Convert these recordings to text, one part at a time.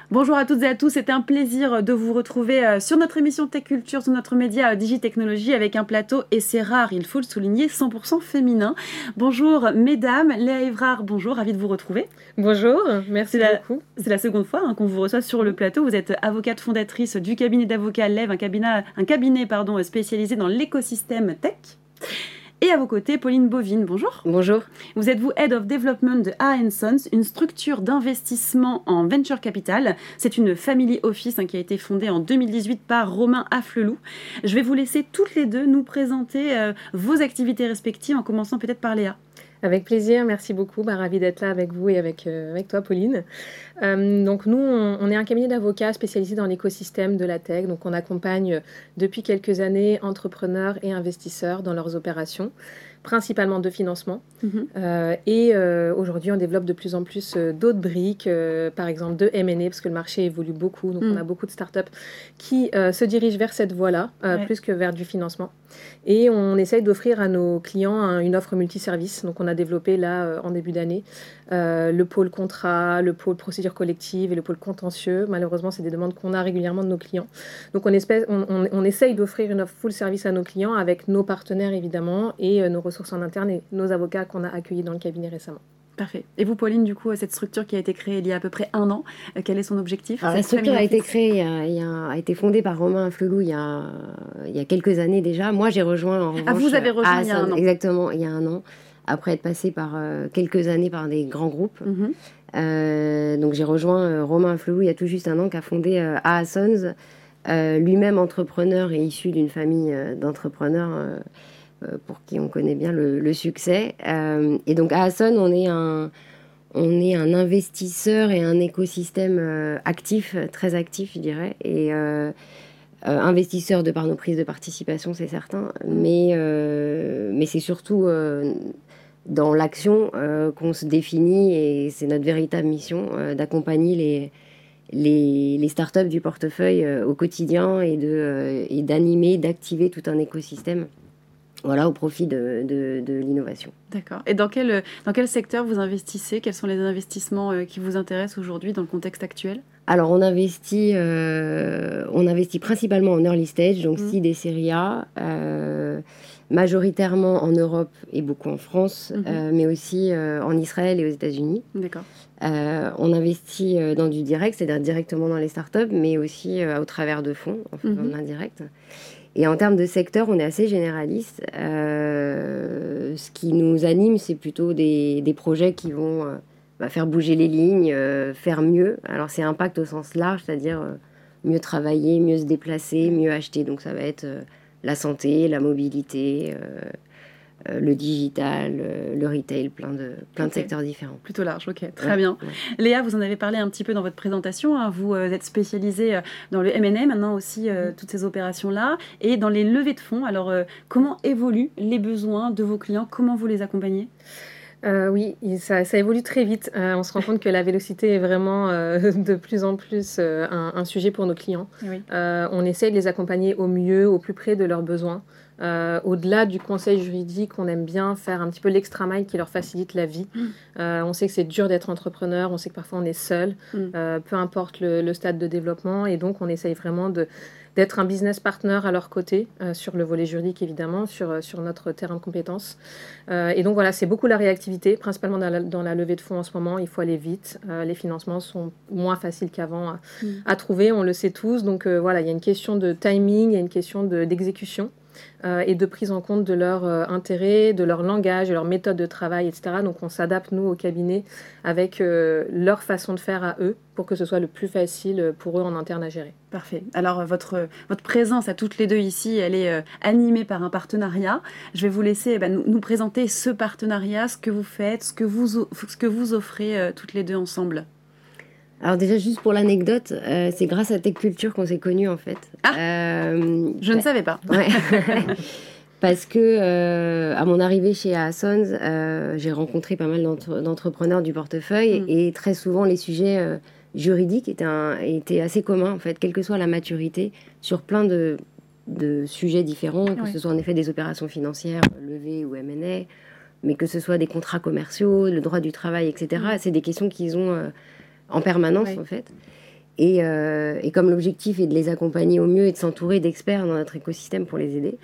Bonjour à toutes et à tous, c'est un plaisir de vous retrouver sur notre émission Tech Culture, sur notre média Digitechnologie avec un plateau, et c'est rare, il faut le souligner, 100% féminin. Bonjour mesdames, Léa Évrard, bonjour, ravie de vous retrouver. Bonjour, merci beaucoup. C'est la seconde fois qu'on vous reçoit sur le plateau. Vous êtes avocate fondatrice du cabinet d'avocats Lève, un cabinet spécialisé dans l'écosystème tech. Et à vos côtés, Pauline Bovine, bonjour. Bonjour. Vous êtes Head of Development de A Sons, une structure d'investissement en venture capital. C'est une family office qui a été fondée en 2018 par Romain Afflelou. Je vais vous laisser toutes les deux nous présenter vos activités respectives, en commençant peut-être par Léa. Avec plaisir, merci beaucoup. Ravie d'être là avec vous et avec toi, Pauline. Donc nous, on est un cabinet d'avocats spécialisé dans l'écosystème de la tech. Donc on accompagne depuis quelques années entrepreneurs et investisseurs dans leurs opérations, principalement de financement. Et aujourd'hui, on développe de plus en plus d'autres briques, par exemple de M&A, parce que le marché évolue beaucoup. Donc on a beaucoup de startups qui se dirigent vers cette voie-là, plus que vers du financement. Et on essaye d'offrir à nos clients une offre multiservice. Donc on a développé là, en début d'année, le pôle contrat, le pôle procédure collective et le pôle contentieux. Malheureusement, c'est des demandes qu'on a régulièrement de nos clients. Donc on essaye d'offrir une offre full service à nos clients avec nos partenaires évidemment et nos ressources en interne et nos avocats qu'on a accueillis dans le cabinet récemment. Parfait. Et vous, Pauline, du coup, cette structure qui a été créée il y a à peu près 1 an, quel est son objectif? La structure a été créée, a été fondée par Romain Afflelou il y a quelques années déjà. Moi, j'ai rejoint en revanche... vous avez rejoint il y a 1 an. Exactement, il y a 1 an, après être passé par quelques années par des grands groupes. Donc j'ai rejoint Romain Afflelou il y a tout juste 1 an, qui a fondé A Sons, lui-même entrepreneur et issu d'une famille d'entrepreneurs pour qui on connaît bien le succès. Et donc à Ason, on est un investisseur et un écosystème actif, très actif, je dirais. Et investisseur de par nos prises de participation, c'est certain. Mais c'est surtout dans l'action qu'on se définit, et c'est notre véritable mission d'accompagner les startups du portefeuille au quotidien et d'animer, d'activer tout un écosystème. Voilà, au profit de l'innovation. D'accord. Et dans quel secteur vous investissez? Quels sont les investissements qui vous intéressent aujourd'hui dans le contexte actuel? Alors, on investit principalement en early stage, donc seed et série A, majoritairement en Europe et beaucoup en France, mais aussi en Israël et aux États-Unis. D'accord. On investit dans du direct, c'est-à-dire directement dans les startups, mais aussi au travers de fonds, en fait, en indirect. Et en termes de secteur, on est assez généraliste. Ce qui nous anime, c'est plutôt des projets qui vont faire bouger les lignes, faire mieux. Alors, c'est impact au sens large, c'est-à-dire mieux travailler, mieux se déplacer, mieux acheter. Donc, ça va être la santé, la mobilité, le digital, le retail, plein de secteurs différents. Plutôt large, ok, très bien. Ouais. Léa, vous en avez parlé un petit peu dans votre présentation. Vous êtes spécialisée dans le M&A, maintenant aussi, toutes ces opérations-là, et dans les levées de fonds. Alors, comment évoluent les besoins de vos clients? Comment vous les accompagnez? Oui, ça évolue très vite. On se rend compte que la vélocité est vraiment de plus en plus un sujet pour nos clients. Oui. On essaie de les accompagner au mieux, au plus près de leurs besoins. Au-delà du conseil juridique, on aime bien faire un petit peu l'extra mile qui leur facilite la vie. On sait que c'est dur d'être entrepreneur, on sait que parfois on est seul, peu importe le stade de développement, et donc on essaye vraiment d'être un business partner à leur côté, sur le volet juridique évidemment, sur notre terrain de compétences. Et donc voilà, c'est beaucoup la réactivité, principalement dans la levée de fonds en ce moment. Il faut aller vite, les financements sont moins faciles qu'avant à trouver, on le sait tous. Donc voilà, il y a une question de timing, il y a une question d'exécution. Et de prise en compte de leur intérêt, de leur langage, de leur méthode de travail, etc. Donc on s'adapte, nous, au cabinet, avec leur façon de faire à eux, pour que ce soit le plus facile pour eux en interne à gérer. Parfait. Alors votre présence à toutes les deux ici, elle est animée par un partenariat. Je vais vous laisser nous présenter ce partenariat, ce que vous faites, ce que vous offrez toutes les deux ensemble. Alors déjà, juste pour l'anecdote, c'est grâce à Tech Culture qu'on s'est connus, en fait. Je ne savais pas. Ouais. Parce que, à mon arrivée chez Sons, j'ai rencontré pas mal d'entrepreneurs du portefeuille, et très souvent, les sujets juridiques étaient assez communs, en fait, quelle que soit la maturité, sur plein de sujets différents, que ce soit en effet des opérations financières, levées ou M&A, mais que ce soit des contrats commerciaux, le droit du travail, etc. C'est des questions qu'ils ont... en permanence, en fait. Et comme l'objectif est de les accompagner au mieux et de s'entourer d'experts dans notre écosystème pour les aider,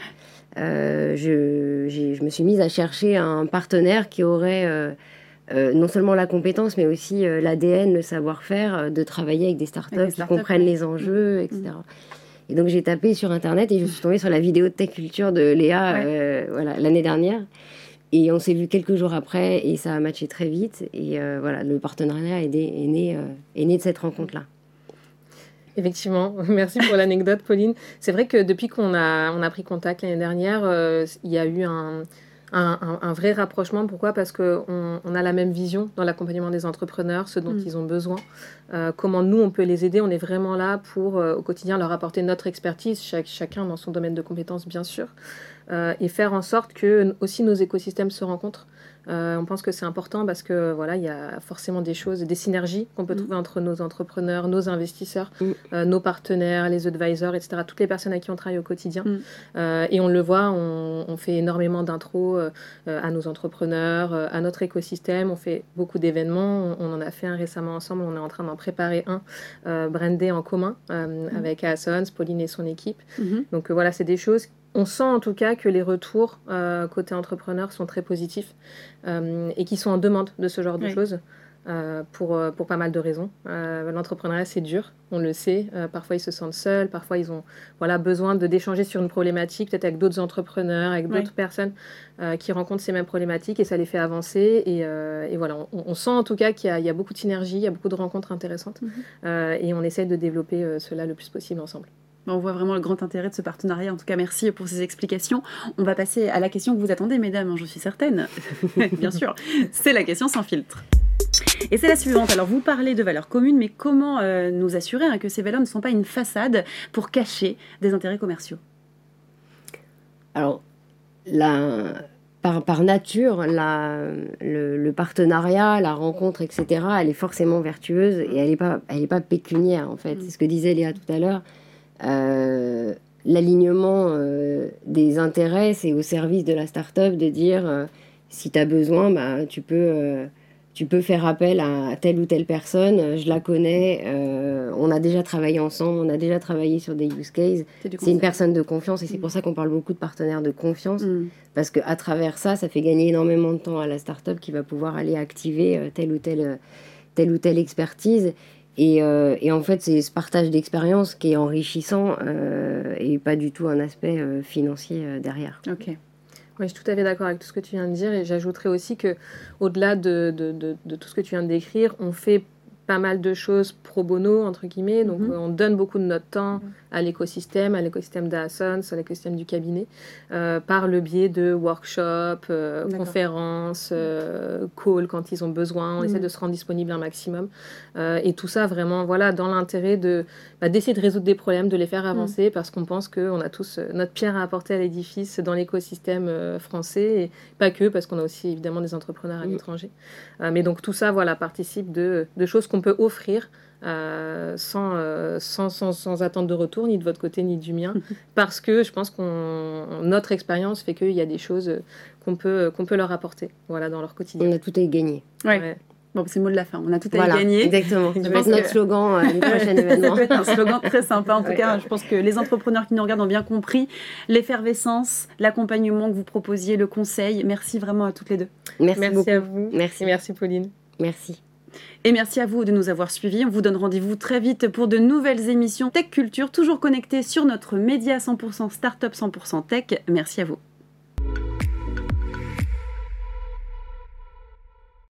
je me suis mise à chercher un partenaire qui aurait non seulement la compétence, mais aussi l'ADN, le savoir-faire de travailler avec des startups qui comprennent les enjeux, etc. Et donc, j'ai tapé sur Internet et je suis tombée sur la vidéo de Tech Culture de Léa l'année dernière. Et on s'est vu quelques jours après et ça a matché très vite. Et le partenariat est né de cette rencontre-là. Effectivement, merci pour l'anecdote, Pauline. C'est vrai que depuis qu'on a pris contact l'année dernière, il y a eu un vrai rapprochement. Pourquoi ? Parce qu'on a la même vision dans l'accompagnement des entrepreneurs, ce dont ils ont besoin, comment nous, on peut les aider. On est vraiment là pour, au quotidien, leur apporter notre expertise, chacun dans son domaine de compétences, bien sûr, et faire en sorte que aussi nos écosystèmes se rencontrent. On pense que c'est important parce que voilà, il y a forcément des choses, des synergies qu'on peut trouver entre nos entrepreneurs, nos investisseurs, nos partenaires, les advisors, etc. Toutes les personnes à qui on travaille au quotidien. Et on le voit, on fait énormément d'intros à nos entrepreneurs, à notre écosystème. On fait beaucoup d'événements. On en a fait un récemment ensemble. On est en train d'en préparer un brandé en commun avec Aasons, Pauline et son équipe. Donc voilà, c'est des choses. On sent en tout cas que les retours côté entrepreneur sont très positifs et qui sont en demande de ce genre de choses pour pas mal de raisons. L'entrepreneuriat, c'est dur, on le sait. Parfois, ils se sentent seuls, parfois, ils ont besoin d'échanger sur une problématique, peut-être avec d'autres entrepreneurs, avec d'autres personnes qui rencontrent ces mêmes problématiques et ça les fait avancer. Et voilà, on sent en tout cas qu'il y a beaucoup de synergie, il y a beaucoup de rencontres intéressantes et on essaie de développer cela le plus possible ensemble. On voit vraiment le grand intérêt de ce partenariat. En tout cas, merci pour ces explications. On va passer à la question que vous attendez, mesdames, je suis certaine. Bien sûr, c'est la question sans filtre. Et c'est la suivante. Alors, vous parlez de valeurs communes, mais comment nous assurer que ces valeurs ne sont pas une façade pour cacher des intérêts commerciaux ? Alors, par nature, le partenariat, la rencontre, etc., elle est forcément vertueuse et elle est pas pécuniaire, en fait. C'est ce que disait Léa tout à l'heure. L'alignement des intérêts, c'est au service de la start-up de dire si tu as besoin, tu peux faire appel à telle ou telle personne, je la connais, on a déjà travaillé ensemble, on a déjà travaillé sur des use cases, c'est une personne de confiance et c'est pour ça qu'on parle beaucoup de partenaires de confiance parce qu'à travers ça fait gagner énormément de temps à la start-up qui va pouvoir aller activer telle ou telle expertise. Et en fait, c'est ce partage d'expérience qui est enrichissant et pas du tout un aspect financier derrière. Ok. Oui, je suis tout à fait d'accord avec tout ce que tu viens de dire et j'ajouterais aussi qu'au-delà de tout ce que tu viens de décrire, on fait pas mal de choses pro bono, entre guillemets. Donc, on donne beaucoup de notre temps à l'écosystème d'Aasons, à l'écosystème du cabinet, par le biais de workshops, conférences, calls quand ils ont besoin. On essaie de se rendre disponible un maximum. Et tout ça, vraiment, voilà, dans l'intérêt d'essayer de résoudre des problèmes, de les faire avancer, parce qu'on pense qu'on a tous notre pierre à apporter à l'édifice dans l'écosystème français, et pas que, parce qu'on a aussi évidemment des entrepreneurs à l'étranger. Mais donc, tout ça, voilà, participe de choses qu'on peut offrir sans attente de retour, ni de votre côté, ni du mien, parce que je pense notre expérience fait qu'il y a des choses qu'on peut leur apporter, voilà, dans leur quotidien. On a tout à y gagner. Ouais. Bon, c'est le mot de la fin. On a tout à y gagner. Exactement. Ça va être notre slogan du prochain événement. Ça peut être un slogan très sympa. En tout cas, je pense que les entrepreneurs qui nous regardent ont bien compris l'effervescence, l'accompagnement que vous proposiez, le conseil. Merci vraiment à toutes les deux. Merci beaucoup. À vous. Merci Pauline. Merci. Et merci à vous de nous avoir suivis. On vous donne rendez-vous très vite pour de nouvelles émissions Tech Culture, toujours connectées sur notre média 100% Startup 100% Tech. Merci à vous.